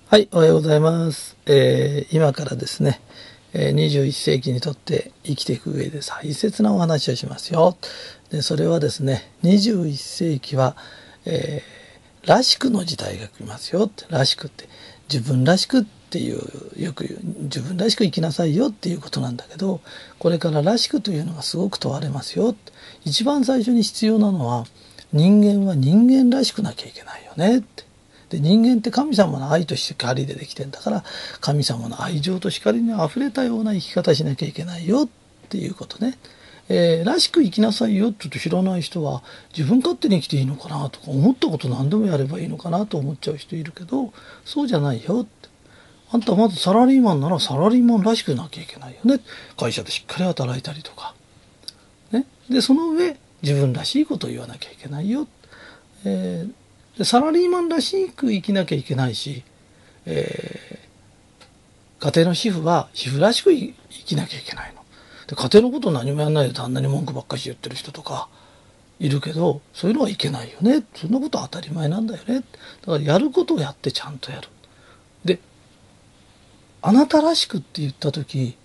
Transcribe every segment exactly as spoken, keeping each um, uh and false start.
はい、おはようございます。えー今からですね、えーにじゅういっ世紀にとって生きていく上で大切なお話をしますよ。で、それはですね、にじゅういっ世紀は、えーらしくの時代が来ますよって。らしくって、自分らしくっていう、よく言う、自分らしく生きなさいよっていうことなんだけど、これかららしくというのがすごく問われますよ。一番最初に必要なのは、人間は人間らしくなきゃいけないよねって。で、人間って神様の愛と光でできてんだから、神様の愛情と光にあふれたような生き方しなきゃいけないよっていうことね。えーらしく生きなさいよって言うと、知らない人は自分勝手に生きていいのかなとか、思ったこと何でもやればいいのかなと思っちゃう人いるけど、そうじゃないよって。あんたまずサラリーマンならサラリーマンらしくなきゃいけないよね。会社でしっかり働いたりとか。ね。で、その上、自分らしいことを言わなきゃいけないよ。えーでサラリーマンらしく生きなきゃいけないし、えー家庭の主婦は主婦らしく生きなきゃいけないの。で、家庭のこと何もやんないで旦那に文句ばっかし言ってる人とかいるけど、そういうのはいけないよね。そんなことは当たり前なんだよね。だからやることをやってちゃんとやる。で、あなたらしくって言ったとき、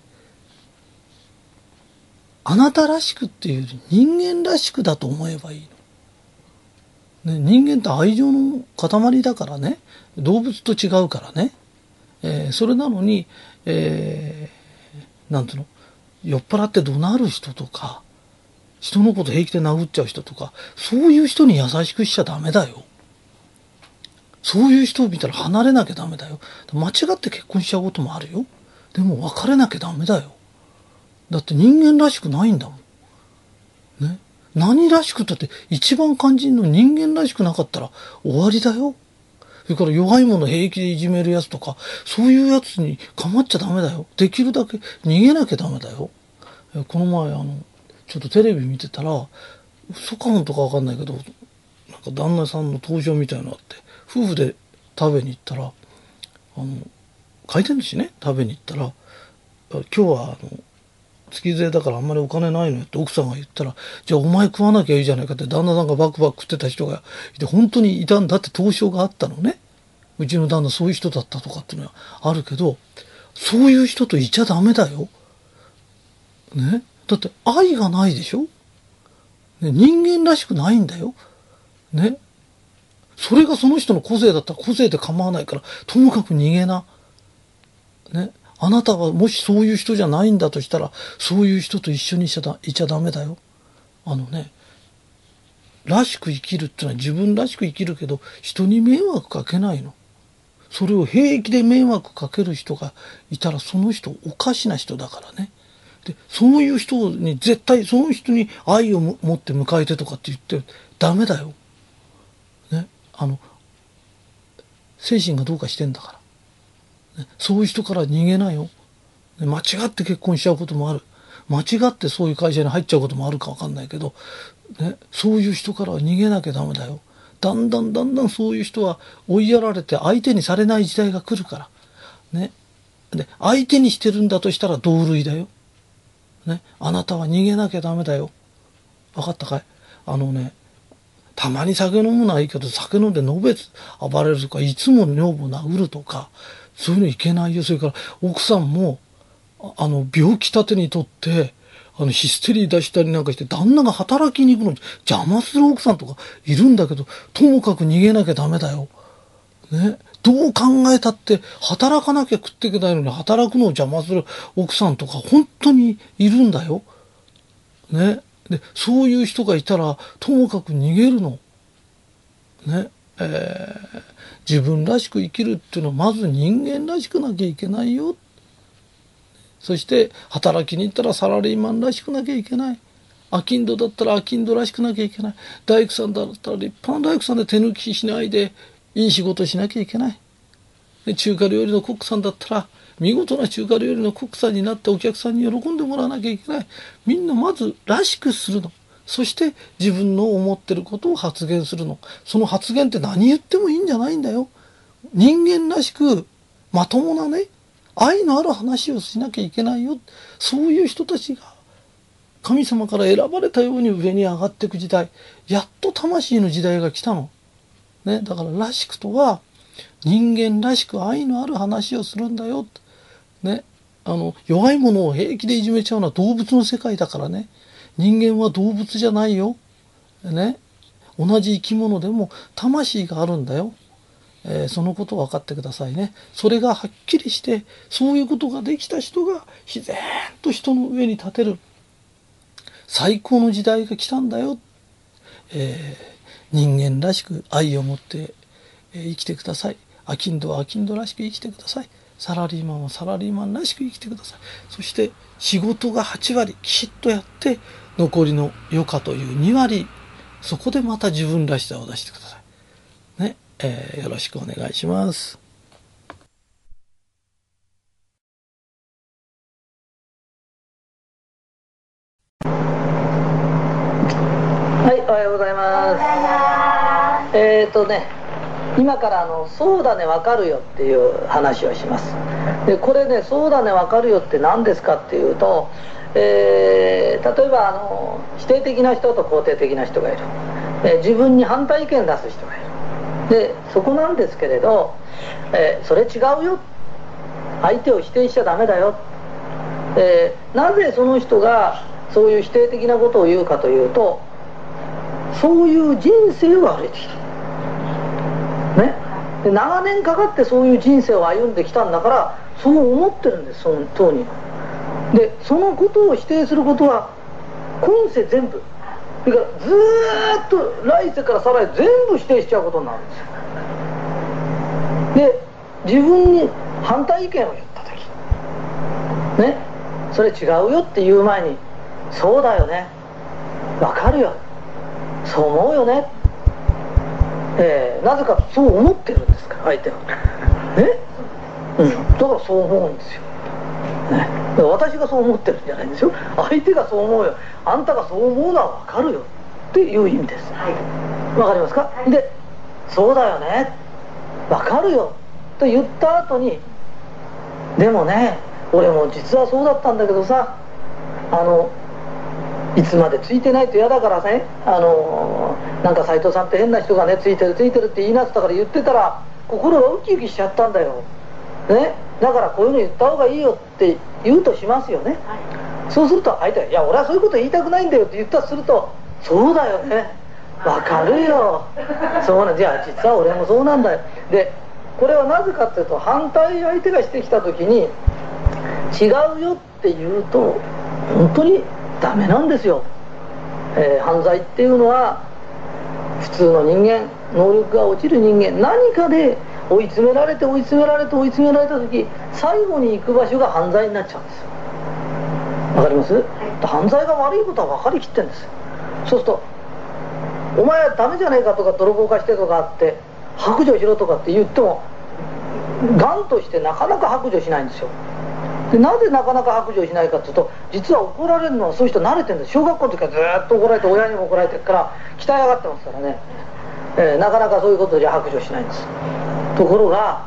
あなたらしくっていうより人間らしくだと思えばいいの。ね、人間って愛情の塊だからね。動物と違うからね。えーそれなのに、えーなんていうの、酔っ払って怒鳴る人とか、人のこと平気で殴っちゃう人とか、そういう人に優しくしちゃダメだよ。そういう人を見たら離れなきゃダメだよ。間違って結婚しちゃうこともあるよ。でも別れなきゃダメだよ。だって人間らしくないんだもん。ね。何らしくったって一番肝心の人間らしくなかったら終わりだよ。それから弱いもの平気でいじめるやつとか、そういうやつに構っちゃダメだよ。できるだけ逃げなきゃダメだよ。この前あの、ちょっとテレビ見てたら、嘘か本当かわかんないけど、なんか旦那さんの登場みたいなのあって、夫婦で食べに行ったら、あの、回転寿司ね、食べに行ったら、今日はあの、月税だからあんまりお金ないのよって奥さんが言ったら、じゃあお前食わなきゃいいじゃないかって旦那さんがバクバク食ってた人がいて、本当にいたんだって投書があったのね。うちの旦那そういう人だったとかっていうのはあるけど、そういう人といちゃダメだよ。ね。だって愛がないでしょ、ね、人間らしくないんだよ。ね。それがその人の個性だったら個性で構わないから、ともかく逃げな。ね。あなたがもしそういう人じゃないんだとしたら、そういう人と一緒にいちゃだいちゃダメだよ。あのね、らしく生きるってのは自分らしく生きるけど、人に迷惑かけないの。それを平気で迷惑かける人がいたら、その人おかしな人だからね。で、そういう人に絶対、その人に愛を持って迎えてとかって言ってダメだよ。ね。あの、精神がどうかしてんだから。ね、そういう人から逃げなよ。ね、間違って結婚しちゃうこともある。間違ってそういう会社に入っちゃうこともあるかわかんないけど、ね、そういう人からは逃げなきゃダメだよ。だんだんだんだんそういう人は追いやられて相手にされない時代が来るから。ね。で、相手にしてるんだとしたら同類だよ。ね。あなたは逃げなきゃダメだよ。わかったかい？あのね、たまに酒飲むのはいいけど、酒飲んでのべつ暴れるとか、いつも女房殴るとか、そういうのいけないよ。それから奥さんも、あの、病気立てにとって、あの、ヒステリー出したりなんかして、旦那が働きに行くの邪魔する奥さんとかいるんだけど、ともかく逃げなきゃダメだよ。ね。どう考えたって、働かなきゃ食っていけないのに、働くのを邪魔する奥さんとか、本当にいるんだよ。ね。で、そういう人がいたら、ともかく逃げるの。ね。えー自分らしく生きるっていうのは、まず人間らしくなきゃいけないよ。そして働きに行ったらサラリーマンらしくなきゃいけない。商人だったら商人らしくなきゃいけない。大工さんだったら立派な大工さんで手抜きしないでいい仕事しなきゃいけない。で、中華料理のコックさんだったら見事な中華料理のコックさんになってお客さんに喜んでもらわなきゃいけない。みんなまずらしくするの。そして自分の思ってることを発言するの。その発言って何言ってもいいんじゃないんだよ。人間らしくまともなね、愛のある話をしなきゃいけないよ。そういう人たちが神様から選ばれたように上に上がっていく時代。やっと魂の時代が来たの。ね。だかららしくとは、 人間らしく愛のある話をするんだよ。ね。あの、弱いものを平気でいじめちゃうのは動物の世界だからね。人間は動物じゃないよ。ね。同じ生き物でも魂があるんだよ。えー、そのことを分かってくださいね。それがはっきりして、そういうことができた人が自然と人の上に立てる最高の時代が来たんだよ。えー、人間らしく愛を持って、えー、生きてください。商人は商人らしく生きてください。サラリーマンはサラリーマンらしく生きてください。そして仕事がはち割きちっとやって、残りの余暇というに割、そこでまた自分らしさを出してください。ね。えー、よろしくお願いします。 はい、おはようございます。えーとね、今からあの「そうだねわかるよ」っていう話をします。でこれね「そうだねわかるよ」って何ですかっていうと、えー、例えばあの否定的な人と肯定的な人がいる、えー、自分に反対意見出す人がいる。でそこなんですけれど、えー、それ違うよ、相手を否定しちゃダメだよ、えー、なぜその人がそういう否定的なことを言うかというと、そういう人生を歩いてきた、ね、で長年かかってそういう人生を歩んできたんだから、そう思ってるんです、その当人で。そのことを否定することは今世全部、それからずーっと来世からさらに全部否定しちゃうことになるんですよ。で自分に反対意見を言った時ね、それ違うよって言う前に「そうだよね、わかるよ、そう思うよね」、えー、なぜかそう思ってるんですから相手はね、うん、だからそう思うんですよ、ね、私がそう思ってるんじゃないんですよ。相手がそう思うよ、あんたがそう思うのはわかるよっていう意味です。わかりますか？でそうだよね、わかるよと言った後に、でもね俺も実はそうだったんだけどさ、あのいつまでついてないと嫌だからね、あのなんか斎藤さんって変な人がねついてるついてるって言いなってたから言ってたら心がウキウキしちゃったんだよ、ね、だからこういうの言った方がいいよって言うとしますよね、はい、そうすると相手が「いや俺はそういうこと言いたくないんだよ」って言ったとすると「そうだよね、わかるよ、そうなんじゃあ実は俺もそうなんだよ」でこれはなぜかっていうと、反対相手がしてきた時に「違うよ」って言うと本当にダメなんですよ、えー、犯罪っていうのは普通の人間、能力が落ちる人間、何かで追い詰められて追い詰められて追い詰められた時、最後に行く場所が犯罪になっちゃうんですよ。わかります？はい、犯罪が悪いことは分かりきってるんです。そうすると「お前はダメじゃねえか」とか「泥棒化して」とかあって「白状しろ」とかって言ってもガンとしてなかなか白状しないんですよ。でなぜなかなか白状しないかっていうと、実は怒られるのはそういう人慣れてるんです。小学校の時はずっと怒られて、親にも怒られてるから鍛え上がってますからね、えー、なかなかそういうことじゃ白状しないんです。ところが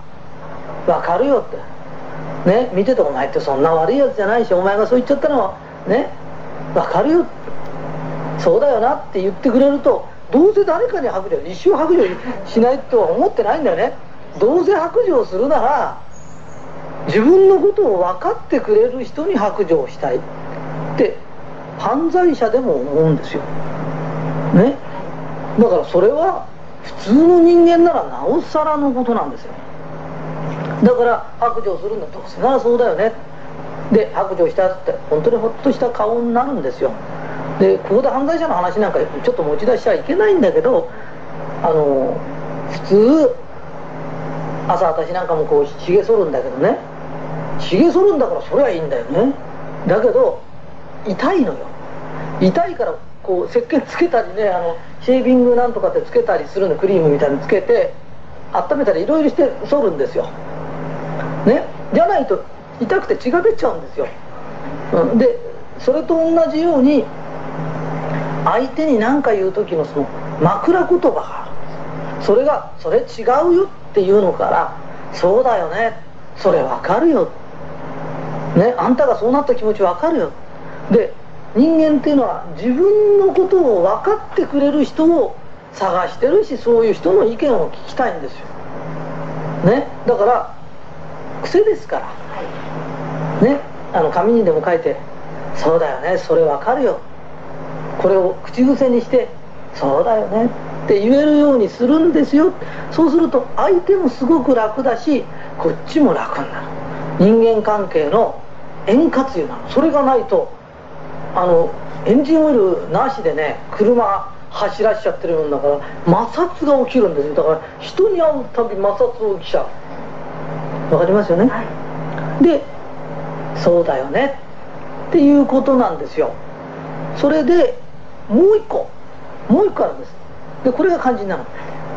「分かるよ」ってね、見てて「お前ってそんな悪いやつじゃないし、お前がそう言っちゃったのはね、分かるよ、そうだよな」って言ってくれると、どうせ誰かに白状、一生白状しないとは思ってないんだよね。どうせ白状するなら自分のことを分かってくれる人に白状したいって犯罪者でも思うんですよ、ね、だからそれは普通の人間ならなおさらのことなんですよ。だから白状するんだ、どうせならそうだよねで白状したって本当にほっとした顔になるんですよ。でここで犯罪者の話なんかちょっと持ち出しちゃいけないんだけど、あの普通朝私なんかもこうひげ剃るんだけどね、ひげ剃るんだからそれはいいんだよね。だけど痛いのよ。痛いからこう石鹸つけたりね、あのシェービングなんとかってつけたりするの、クリームみたいにつけて温めたりいろいろして剃るんですよ、ね、じゃないと痛くて血が出ちゃうんですよ、うん、でそれと同じように相手に何か言う時のその枕言葉がある。それが「それ違うよ」っていうのから「そうだよね、それわかるよ」ね、あんたがそうなった気持ちわかるよ。で人間っていうのは自分のことを分かってくれる人を探してるし、そういう人の意見を聞きたいんですよ。 ね、だから癖ですから、ね、あの紙にでも書いて「そうだよね、それわかるよ」これを口癖にして「そうだよね」って言えるようにするんですよ。そうすると相手もすごく楽だし、こっちも楽になる。人間関係の円滑油なの。それがないとあのエンジンオイルなしでね、車走らしちゃってるもんだから摩擦が起きるんですよ。だから人に会うたび摩擦起きちゃう。わかりますよね、はい、でそうだよねっていうことなんですよ。それでもう一個もう一個あるんです。でこれが肝心なの。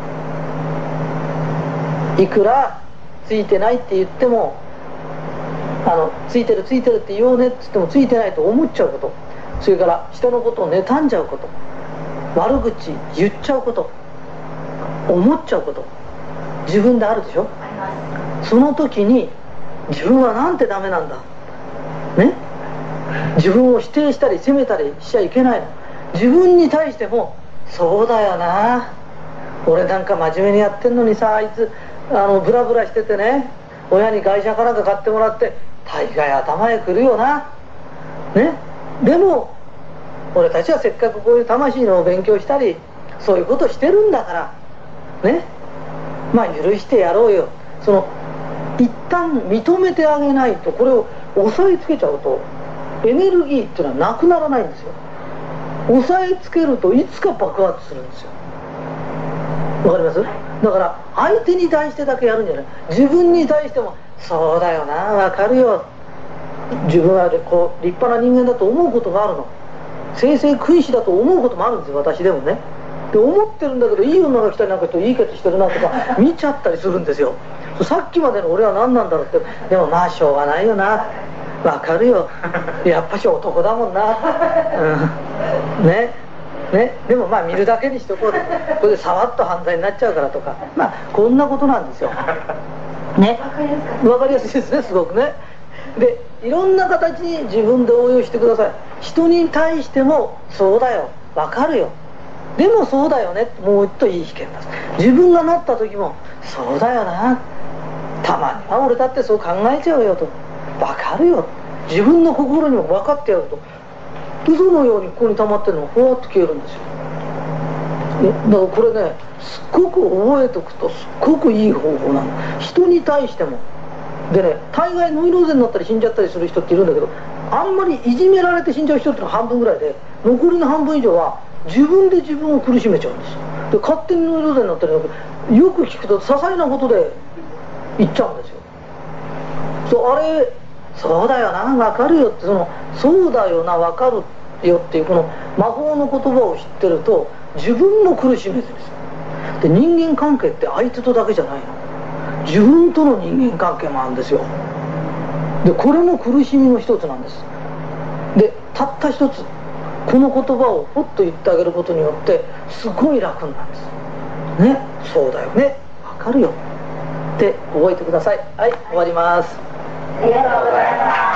いくらついてないって言っても、あのついてるついてるって言おうねって言ってもついてないと思っちゃうこと、それから人のことを妬んじゃうこと、悪口言っちゃうこと、思っちゃうこと、自分であるでしょ。その時に自分はなんてダメなんだね、自分を否定したり責めたりしちゃいけないの。自分に対してもそうだよな、俺なんか真面目にやってんのにさ、あいつあのブラブラしててね、親に外車かなんか買ってもらって大概頭へくるよなね。でも俺たちはせっかくこういう魂の勉強したりそういうことしてるんだからね、まあ許してやろうよ。その一旦認めてあげないと、これを押さえつけちゃうとエネルギーっていうのはなくならないんですよ。押さえつけるといつか爆発するんですよ。わかります？だから相手に対してだけやるんじゃない、自分に対してもそうだよな、わかるよ、自分はこう立派な人間だと思うことがあるの、正々君子だと思うこともあるんですよ、私でもね。で思ってるんだけど、いい女が来たりなんかといいケツしてるなとか見ちゃったりするんですよ。さっきまでの俺は何なんだろうって。でもまあしょうがないよな、わかるよ、やっぱし男だもんな、うん、ねね、でもまあ見るだけにしとこう、これでさわっと犯罪になっちゃうからとか、まあこんなことなんですよね。わかりやすいですね、すごくね。でいろんな形に自分で応用してください。人に対してもそうだよ、わかるよ、でもそうだよね、もう一度いい意見です。自分がなった時もそうだよな、たまには俺だってそう考えちゃうよと、わかるよ、自分の心にも分かってやると、嘘のようにここに溜まってるのがふわっと消えるんですよ。だからこれね、すっごく覚えておくとすっごくいい方法なの。人に対してもでね、大概ノイローゼになったり死んじゃったりする人っているんだけど、あんまりいじめられて死んじゃう人ってのは半分ぐらいで、残りの半分以上は自分で自分を苦しめちゃうんですよ。で勝手にノイローゼになったりなんかよく聞くと些細なことで言っちゃうんですよ。そうあれそうだよな、分かるよって、そのそうだよな、分かるよっていうこの魔法の言葉を知ってると自分も苦しめずですよ。で人間関係って相手とだけじゃないの、自分との人間関係もあるんですよ。でこれも苦しみの一つなんです。でたった一つこの言葉をポッと言ってあげることによってすごい楽になるんですね。そうだよね、分かるよって覚えてください。はい、終わります。 ありがとうございます。